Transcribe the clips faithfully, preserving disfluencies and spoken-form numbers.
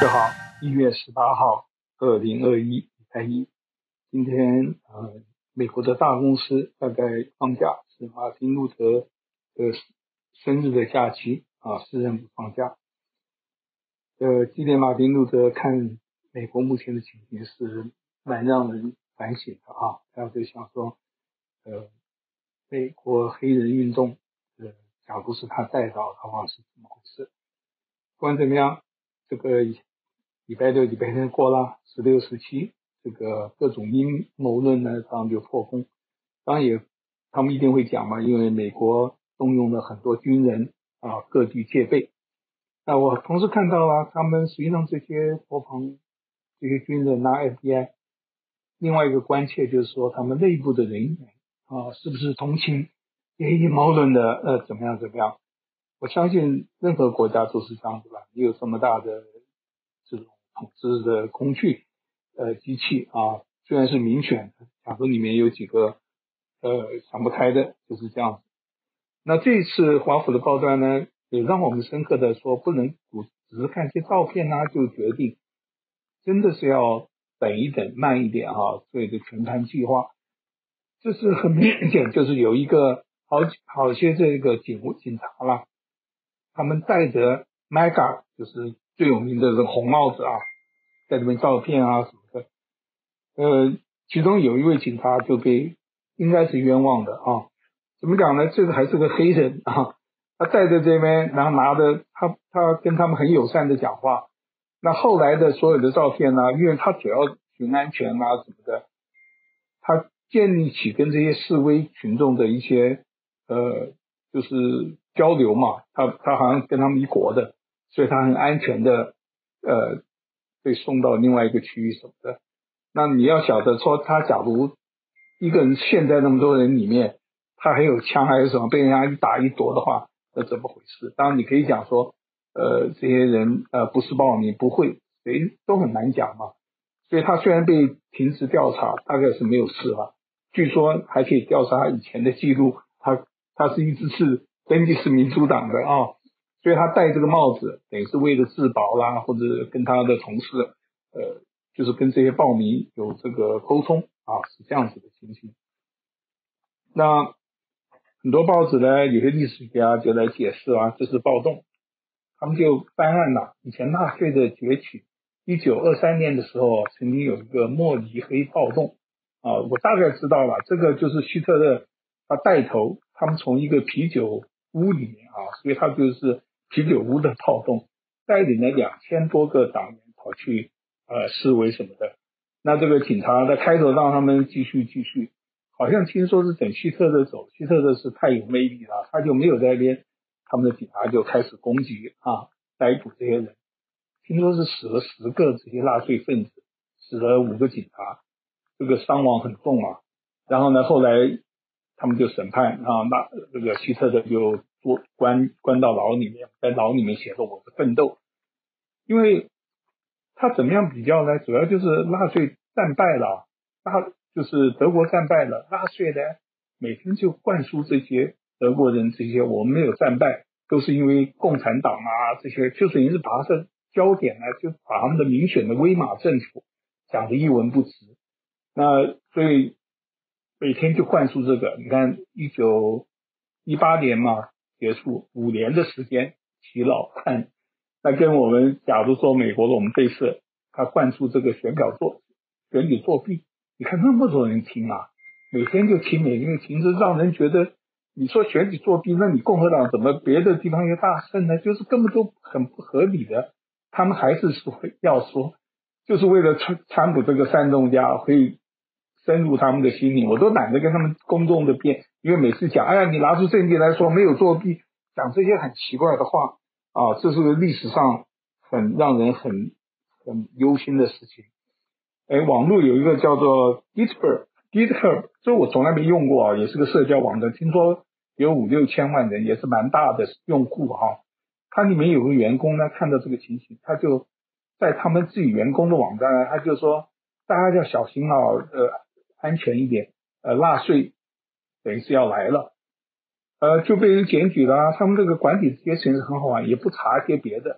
十号，一月十八号，二零二一，礼拜一。今天呃，美国的大公司大概放假，是马丁路德的生日的假期啊，私人不放假。呃，纪念马丁路德，看美国目前的情形是蛮让人反省的啊。大家就想说，呃，美国黑人运动，呃，假如是他带导的话是怎么回事？不管怎么样，这个礼拜六、礼拜天过了，十六、十七，这个各种阴谋论呢，当然就破功。当然也，他们一定会讲嘛，因为美国动用了很多军人啊，各地戒备。那我同时看到了，他们实际上这些国防这些军人啊 F B I， 另外一个关切就是说，他们内部的人员啊，是不是同情这些阴谋论的呃怎么样怎么样？我相信任何国家都是这样子吧，你有这么大的这种统治的工具呃机器啊，虽然是民选的，假如里面有几个呃想不开的，就是这样子。那这一次华府的报道呢，也让我们深刻的说，不能只是看些照片啊就决定，真的是要等一等，慢一点哈，做一个全盘计划。这是很明显，就是有一个好好些这个警警察啦，他们戴着 M A G A， 就是最有名的这个红帽子啊，在这边照片啊什么的。呃，其中有一位警察就被应该是冤枉的啊。怎么讲呢？这个还是个黑人啊，他在在这边，然后拿着他他跟他们很友善的讲话。那后来的所有的照片呢，因为他主要巡安全啊什么的，他建立起跟这些示威群众的一些呃就是交流嘛，他他好像跟他们一国的，所以他很安全的呃被送到另外一个区域什么的。那你要晓得说，他假如一个人陷在那么多人里面，他还有枪还是什么，被人家一打一夺的话，那怎么回事？当然你可以讲说，呃，这些人呃不是暴民，不会，谁都很难讲嘛。所以他虽然被停职调查，大概是没有事了。据说还可以调查他以前的记录，他他是一直是登记是民主党的啊、哦，所以他戴这个帽子，等于是为了自保啦，或者跟他的同事呃，就是跟这些暴民有这个沟通啊，是这样子的情形。那很多报纸呢，有些历史学家就来解释啊，这是暴动，他们就翻案了。以前纳粹的崛起，一九二三年的时候，曾经有一个莫里黑暴动啊，我大概知道了，这个就是希特勒他带头，他们从一个啤酒屋里面啊，所以他就是啤酒屋的暴动，带领了两千多个党员跑去呃示威什么的。那这个警察在开头让他们继续继续。好像听说是等希特勒走，希特勒是太有魅力了，他就没有在那边，他们的警察就开始攻击啊，逮捕这些人。听说是死了十个这些纳粹分子，死了五个警察，这个伤亡很重啊。然后呢，后来他们就审判啊，那这个希特勒就做关关到牢里面，在牢里面写着我的奋斗。因为他怎么样比较呢？主要就是纳粹战败了，纳就是德国战败了，纳粹呢每天就灌输这些德国人这些我们没有战败，都是因为共产党啊这些，就等于是把它的焦点呢，就把他们的民选的威玛政府讲得一文不值。那所以每天就灌输这个，你看一九一八年嘛结束，五年的时间洗脑看。那跟我们假如说美国的我们对策，他灌输这个选票作选举作弊，你看那么多人听啊，每天就听，每天就听，这让人觉得你说选举作弊，那你共和党怎么别的地方又大胜呢？就是根本都很不合理的。他们还是说要说，就是为了川川普这个煽动家会深入他们的心里，我都懒得跟他们公众的辩，因为每次讲，哎呀，你拿出证据来说没有作弊，讲这些很奇怪的话啊，这是历史上很让人很很忧心的事情。哎，网络有一个叫做 GitHub GitHub， 这我从来没用过啊，也是个社交网站，听说有五六千万人，也是蛮大的用户哈、啊。它里面有个员工呢，看到这个情形，他就在他们自己员工的网站呢，他就说大家要小心啊，呃，安全一点，呃，纳税等于是要来了。呃，就被人检举了、啊。他们这个管理这些事情是很好玩，也不查一些别的，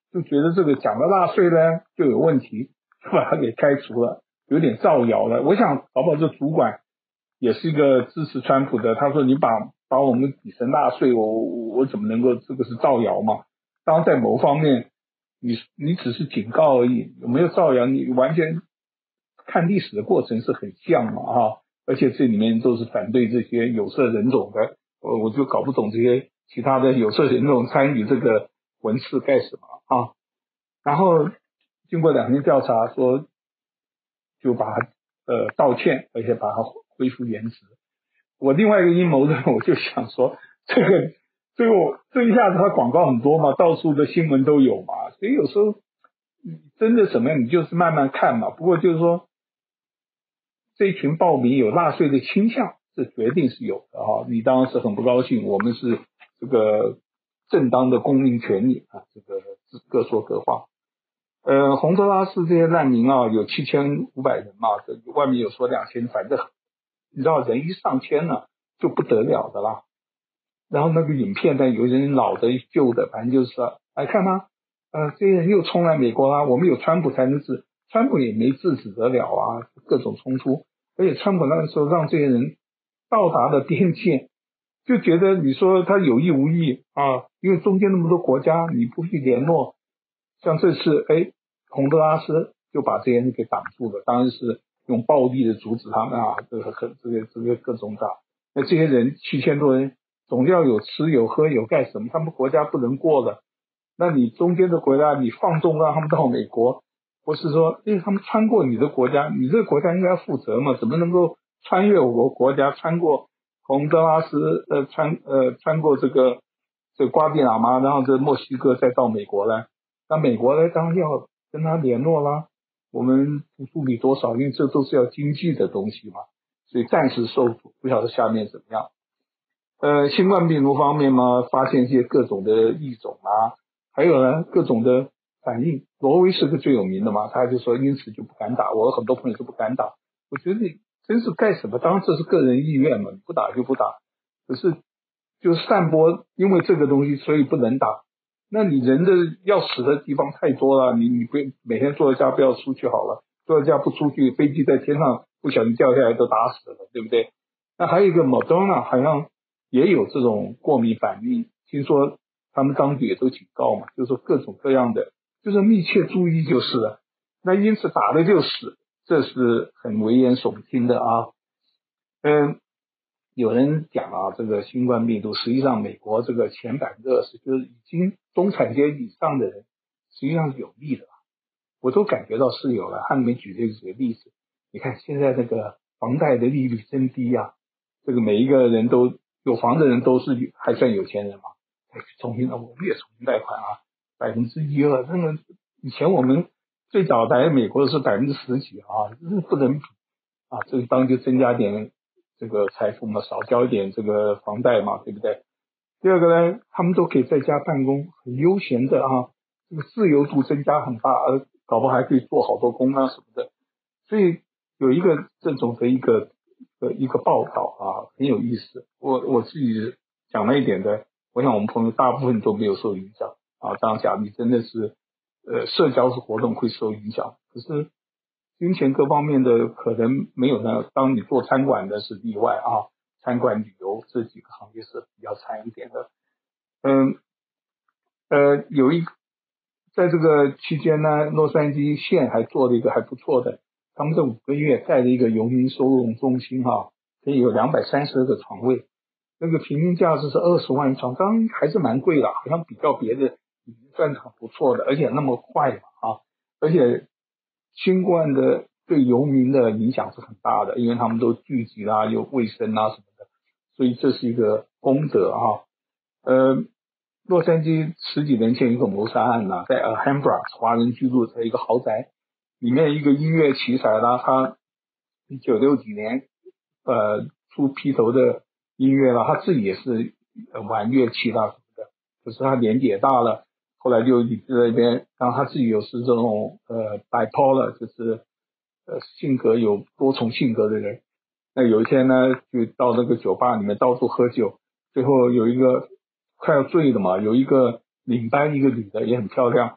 就觉得这个缴了纳税呢就有问题，就把他给开除了，有点造谣了。我想搞不好这主管也是一个支持川普的，他说你把把我们底层纳税，我我怎么能够这个是造谣嘛？当然在某方面你你只是警告而已，有没有造谣你完全看历史的过程是很像嘛哈，而且这里面都是反对这些有色人种的，我我就搞不懂这些其他的有色人种参与这个文字干什么啊？然后经过两天调查说，就把他呃道歉，而且把他恢复原职。我另外一个阴谋论，我就想说，这个这个这一下子他广告很多嘛，到处的新闻都有嘛，所以有时候真的什么你就是慢慢看嘛。不过就是说，这一群暴民有纳税的倾向，这决定是有的啊。你当然是很不高兴，我们是这个正当的公民权利啊，这个各说各话。呃，洪都拉斯这些难民啊，有七千五百人嘛，这外面有说两千，反正你知道人一上千呢就不得了的啦。然后那个影片呢，有人老的旧的，反正就是说，来看吗？呃，这些人又冲来美国啦，我们有川普才能治，川普也没制止得了啊，各种冲突。而且川普那个时候让这些人到达了边界，就觉得你说他有意无意啊，因为中间那么多国家你不去联络，像这次哎，洪都拉斯就把这些人给挡住了，当然是用暴力的阻止他们啊，这个这个这个各种打。那这些人七千多人总要有吃有喝有干什么，他们国家不能过了，那你中间的国家你放纵让他们到美国，不是说因为他们穿过你的国家，你这个国家应该负责嘛，怎么能够穿越我国国家，穿过洪都拉斯呃穿呃穿过这个这个瓜地马拉，然后这墨西哥再到美国来？那美国呢当然要跟他联络啦，我们不助力多少，因为这都是要经济的东西嘛，所以暂时受阻，不晓得下面怎么样。呃，新冠病毒方面嘛，发现一些各种的异种啊，还有呢各种的反应。挪威是个最有名的嘛，他就说因此就不敢打，我很多朋友就不敢打。我觉得你真是干什么？当然这是个人意愿嘛，不打就不打。可是就是散播，因为这个东西所以不能打。那你人的要死的地方太多了，你你不每天坐在家不要出去好了，坐在家不出去，飞机在天上不小心掉下来都打死了，对不对？那还有一个 Moderna 好像也有这种过敏反应，听说他们当局也都警告嘛，就是说各种各样的，就是密切注意就是了。那因此打了就死，这是很危言耸听的啊。嗯。有人讲啊，这个新冠病毒实际上美国这个前百分之二十就是已经中产阶级以上的人实际上是有利的，我都感觉到是有了。他里面举这几个例子，你看现在这个房贷的利率真低啊，这个每一个人都有房的人都是还算有钱人嘛，重新的我们也重新贷款啊，百分之一二，那个以前我们最早来美国的是百分之十几啊，这是不能比啊，这个当然就增加点这个财富嘛，少交一点这个房贷嘛，对不对？第二个呢，他们都可以在家办公，很悠闲的啊，这个自由度增加很大，而搞不好还可以做好多工啊什么的。所以有一个这种的一个呃一个报道啊，很有意思。我我自己讲了一点的，我想我们朋友大部分都没有受影响啊。这样讲，你真的是呃社交是活动会受影响，可是金钱各方面的可能没有呢。当你做餐馆的是例外啊，餐馆旅游这几个行业是比较惨一点的。嗯呃，有一在这个期间呢，洛杉矶县还做了一个还不错的，他们这五个月盖了一个游民收容中心哈、啊，可以有两百三十个床位，那个平均价值是二十万一床，当然还是蛮贵的，好像比较别的已经算是很不错的，而且那么快嘛啊，而且新冠的对游民的影响是很大的，因为他们都聚集啦，有卫生啊什么的，所以这是一个功德啊。呃，洛杉矶十几年前有一个谋杀案呐、啊，在 Alhambra 华人居住的一个豪宅里面，一个音乐奇才啦，他一九六几年呃出披头的音乐啦，他自己也是玩乐器啦什么的，可是他年纪也大了。后来就在那边，然后他自己有是这种呃 bipolar， 就是呃性格有多重性格的人。那有一天呢，就到那个酒吧里面到处喝酒，最后有一个快要醉的嘛，有一个领班一个女的也很漂亮，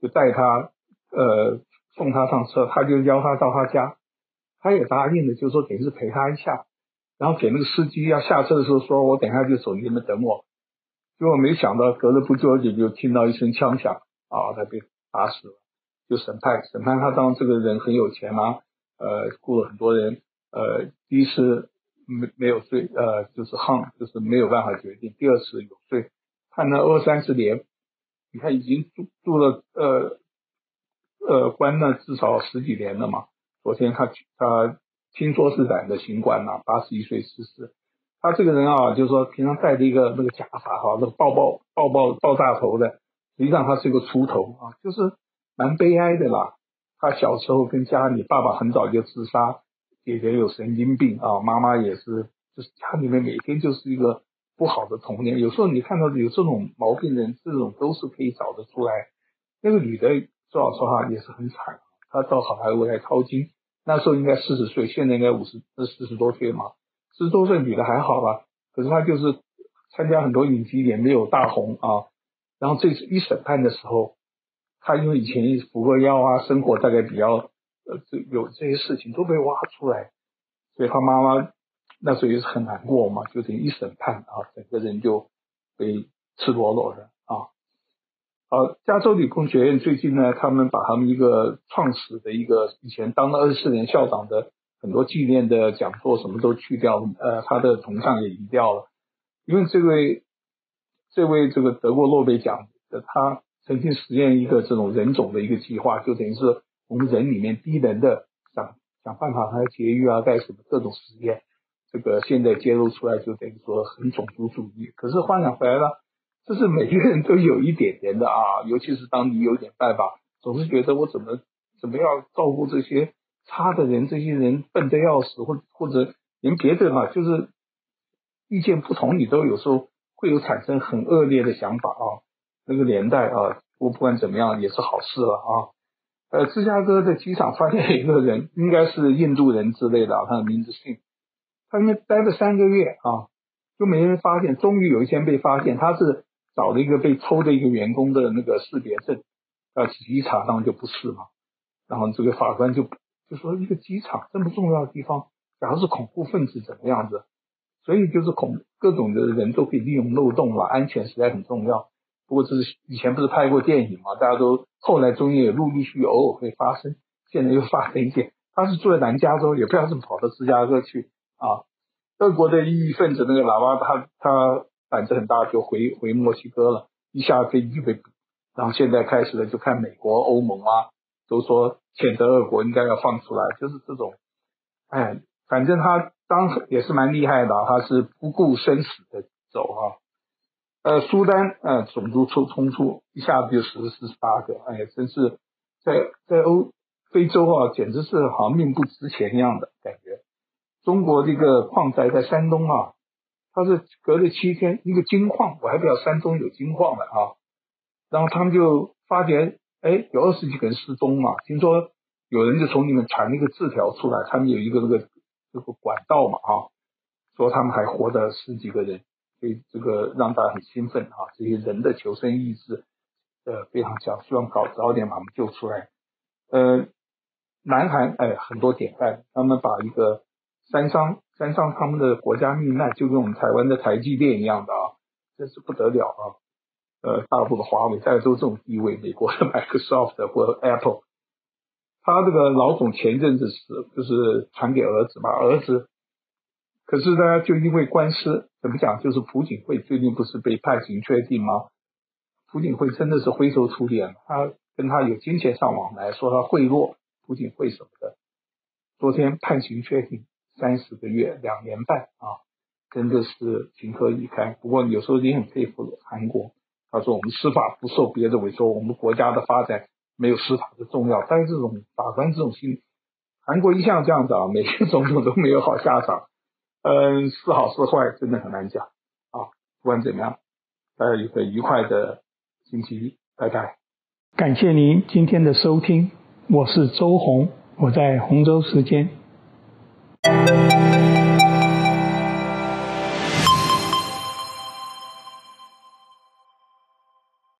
就带他呃送他上车，他就邀他到他家，他也答应了，就说等于是陪他一下，然后给那个司机要下车的时候说，我等一下就走，你们等我。结果没想到隔了不久就就听到一声枪响啊，他被打死了。就审判，审判他当这个人很有钱啊，呃，雇了很多人，呃，第一次没没有罪，呃，就是hung，就是没有办法决定；第二次有罪，判了二三十年，你看已经住住了呃呃关了至少十几年了嘛。昨天他他听说是染的新冠啊，八十一岁逝世。他这个人啊，就是说平常戴着一个那个假发哈，那个爆爆爆爆爆炸头的，实际上他是一个秃头啊，就是蛮悲哀的啦。他小时候跟家里爸爸很早就自杀，姐姐有神经病啊，妈妈也是，就是家里面每天就是一个不好的童年。有时候你看到有这种毛病人，这种都是可以找得出来。那个女的说老实话也是很惨，她到好莱坞来淘金，那时候应该四十岁，现在应该五十四十多岁嘛。四十多岁女的还好吧，可是她就是参加很多影集也没有大红啊。然后这次一审判的时候，她因为以前服过药啊，生活大概比较呃有这些事情都被挖出来，所以她妈妈那时候也是很难过嘛，就等于一审判啊，整个人就被赤裸裸的啊。呃，加州理工学院最近呢，他们把他们一个创始的一个以前当了二十四年校长的很多纪念的讲座什么都去掉，呃，他的铜像也移掉了，因为这位这位这个得过诺贝尔奖的，他曾经实验一个这种人种的一个计划，就等于是我们人里面低能的想想办法来节育啊，干什么各种实验，这个现在揭露出来就等于说很种族主义。可是话讲回来了，这是每个人都有一点点的啊，尤其是当你有点办法，总是觉得我怎么怎么样照顾这些差的人，这些人笨得要死，或或者连别的嘛，就是意见不同，你都有时候会有产生很恶劣的想法啊。那个年代啊，我不管怎么样也是好事了啊。呃，芝加哥的机场发现一个人，应该是印度人之类的啊，他的名字姓，他那边待了三个月啊，就没人发现，终于有一天被发现，他是找了一个被偷的一个员工的那个识别证，呃，仔细查当然就不是嘛。然后这个法官就就说，一个机场这么重要的地方，假如是恐怖分子怎么样子？所以就是恐各种的人都可以利用漏洞嘛，安全实在很重要。不过这是以前不是拍过电影嘛，大家都后来终于也陆陆续续偶尔会发生，现在又发生一件，他是住在南加州，也不知道是跑到芝加哥去啊。俄国的异议分子那个喇叭，他他胆子很大，就回回墨西哥了，一下飞机就被捕。然后现在开始了，就看美国、欧盟啊，都说谴责俄国应该要放出来，就是这种，哎，反正他当也是蛮厉害的，他是不顾生死的走啊。呃，苏丹呃种族冲冲突一下子就死了四十八个，哎呀，真是在在欧非洲啊，简直是好像命不值钱一样的感觉。中国这个矿灾在山东啊，它是隔了七天一个金矿，我还不知道山东有金矿的啊。然后他们就发觉，哎，有二十几个人失踪嘛，听说有人就从里面传了一个字条出来，他们有一个那个这个管道嘛啊，说他们还活着十几个人，所以这个让大家很兴奋啊，这些人的求生意志呃非常强，希望搞早点把他们救出来。呃，南韩哎很多典范，他们把一个三商三商他们的国家命脉就跟我们台湾的台积电一样的啊，真是不得了啊。呃，大陆的华为大概都这种地位，美国的 Microsoft 或 Apple， 他这个老总前阵子是就是传给儿子嘛，儿子，可是呢就因为官司，怎么讲，就是朴槿惠最近不是被判刑确定吗？朴槿惠真的是灰头土脸，他跟他有金钱上往来，说他贿赂朴槿惠什么的，昨天判刑确定三十个月两年半啊，真的是情何以堪。不过有时候也很佩服韩国，他说我们司法不受别的委托，我们国家的发展没有司法的重要。但是这种法官这种心，韩国一向这样子啊，每个总统都没有好下场，嗯，是好是坏真的很难讲啊。不管怎么样，大家有个愉快的星期一，拜拜。 感谢您今天的收听，我是周红，我在洪州时间。